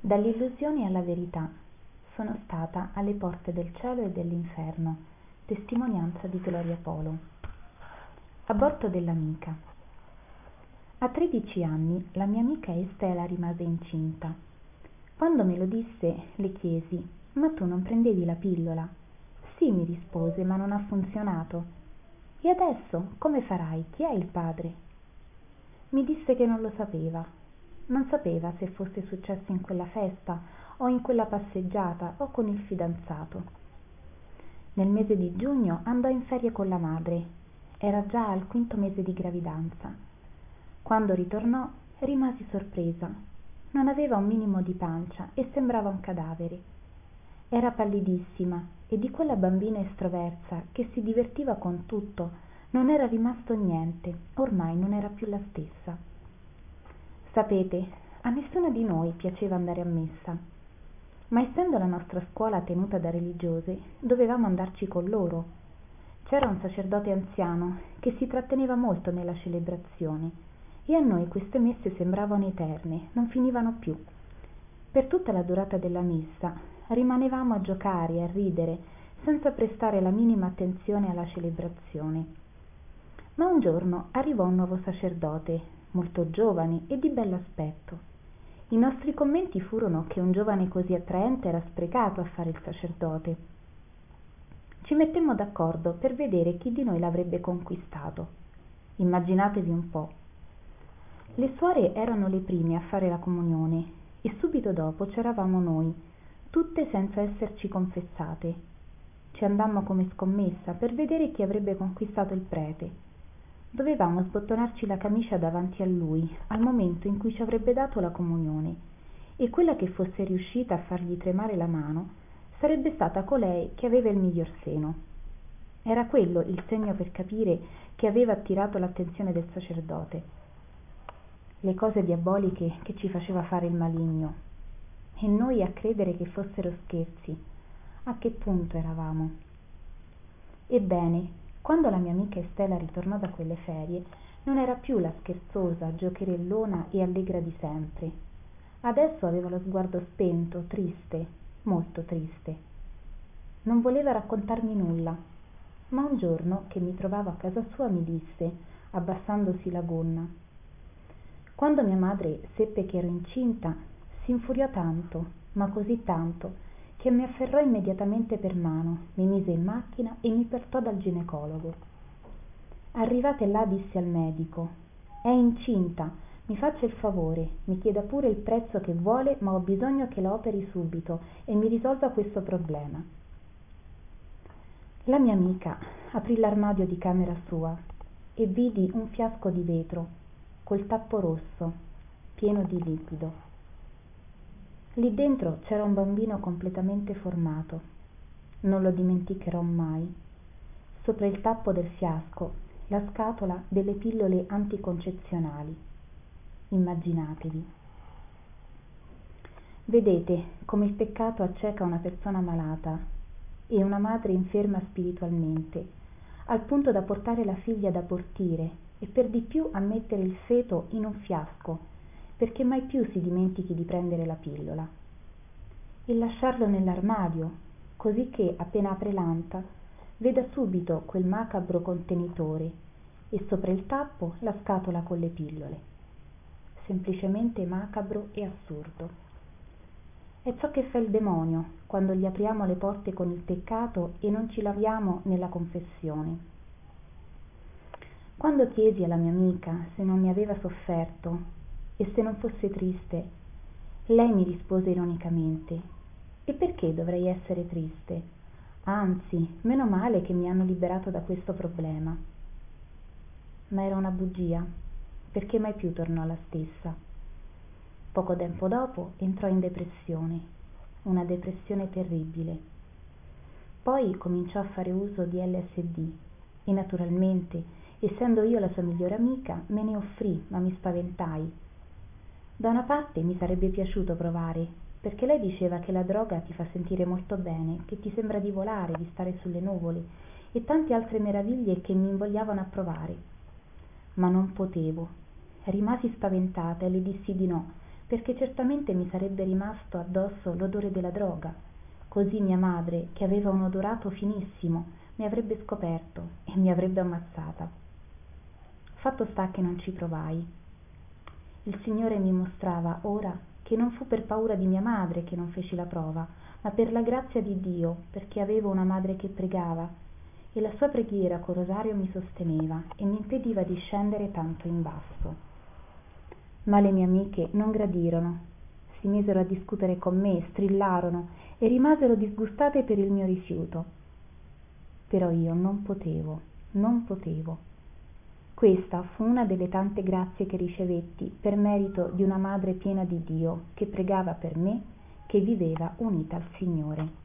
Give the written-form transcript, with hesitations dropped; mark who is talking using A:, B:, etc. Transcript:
A: Dall'illusione alla verità. Sono stata alle porte del cielo e dell'inferno. Testimonianza di Gloria Polo. Aborto dell'amica. A 13 anni la mia amica Estela rimase incinta. Quando me lo disse, le chiesi: "Ma tu non prendevi la pillola?" "Sì", mi rispose, "ma non ha funzionato." "E adesso come farai? Chi è il padre?" Mi disse che non lo sapeva. Non sapeva se fosse successo in quella festa o in quella passeggiata o con il fidanzato. Nel mese di giugno andò in ferie con la madre. Era già al 5° mese di gravidanza. Quando ritornò rimasi sorpresa. Non aveva un minimo di pancia e sembrava un cadavere. Era pallidissima e di quella bambina estroversa che si divertiva con tutto non era rimasto niente, ormai non era più la stessa. Sapete, a nessuna di noi piaceva andare a messa, ma essendo la nostra scuola tenuta da religiose, dovevamo andarci con loro. C'era un sacerdote anziano che si tratteneva molto nella celebrazione e a noi queste messe sembravano eterne, non finivano più. Per tutta la durata della messa rimanevamo a giocare e a ridere senza prestare la minima attenzione alla celebrazione. Ma un giorno arrivò un nuovo sacerdote, molto giovane e di bell'aspetto. I nostri commenti furono che un giovane così attraente era sprecato a fare il sacerdote. Ci mettemmo d'accordo per vedere chi di noi l'avrebbe conquistato. Immaginatevi un po'. Le suore erano le prime a fare la comunione e subito dopo c'eravamo noi, tutte senza esserci confessate. Ci andammo come scommessa per vedere chi avrebbe conquistato il prete. Dovevamo sbottonarci la camicia davanti a lui al momento in cui ci avrebbe dato la comunione e quella che fosse riuscita a fargli tremare la mano sarebbe stata colei che aveva il miglior seno. Era quello il segno per capire che aveva attirato l'attenzione del sacerdote. Le cose diaboliche che ci faceva fare il maligno e noi a credere che fossero scherzi. A che punto eravamo? Ebbene, quando la mia amica Estela ritornò da quelle ferie, non era più la scherzosa, giocherellona e allegra di sempre. Adesso aveva lo sguardo spento, triste, molto triste. Non voleva raccontarmi nulla, ma un giorno che mi trovavo a casa sua mi disse, abbassandosi la gonna: "Quando mia madre seppe che ero incinta, si infuriò tanto, ma così tanto, che mi afferrò immediatamente per mano, mi mise in macchina e mi portò dal ginecologo. Arrivate là dissi al medico: "È incinta, mi faccia il favore, mi chieda pure il prezzo che vuole, ma ho bisogno che la operi subito e mi risolva questo problema." La mia amica aprì l'armadio di camera sua e vidi un fiasco di vetro col tappo rosso, pieno di liquido. Lì dentro c'era un bambino completamente formato. Non lo dimenticherò mai. Sopra il tappo del fiasco, la scatola delle pillole anticoncezionali. Immaginatevi. Vedete come il peccato acceca una persona malata e una madre inferma spiritualmente, al punto da portare la figlia ad abortire e per di più a mettere il feto in un fiasco, perché mai più si dimentichi di prendere la pillola, e lasciarlo nell'armadio, così che appena apre l'anta veda subito quel macabro contenitore e sopra il tappo la scatola con le pillole. Semplicemente macabro e assurdo. È ciò che fa il demonio quando gli apriamo le porte con il peccato e non ci laviamo nella confessione. Quando chiesi alla mia amica se non ne aveva sofferto e se non fosse triste, lei mi rispose ironicamente: "E perché dovrei essere triste? Anzi, meno male che mi hanno liberato da questo problema." Ma era una bugia, perché mai più tornò la stessa. Poco tempo dopo entrò in depressione, una depressione terribile. Poi cominciò a fare uso di LSD e naturalmente, essendo io la sua migliore amica, me ne offrì, ma mi spaventai. Da una parte mi sarebbe piaciuto provare, perché lei diceva che la droga ti fa sentire molto bene, che ti sembra di volare, di stare sulle nuvole e tante altre meraviglie che mi invogliavano a provare. Ma non potevo. Rimasi spaventata e le dissi di no, perché certamente mi sarebbe rimasto addosso l'odore della droga. Così mia madre, che aveva un odorato finissimo, mi avrebbe scoperto e mi avrebbe ammazzata. Fatto sta che non ci provai. Il Signore mi mostrava ora che non fu per paura di mia madre che non feci la prova, ma per la grazia di Dio, perché avevo una madre che pregava, e la sua preghiera col rosario mi sosteneva e mi impediva di scendere tanto in basso. Ma le mie amiche non gradirono, si misero a discutere con me, strillarono e rimasero disgustate per il mio rifiuto. Però io non potevo. Questa fu una delle tante grazie che ricevetti per merito di una madre piena di Dio che pregava per me, che viveva unita al Signore.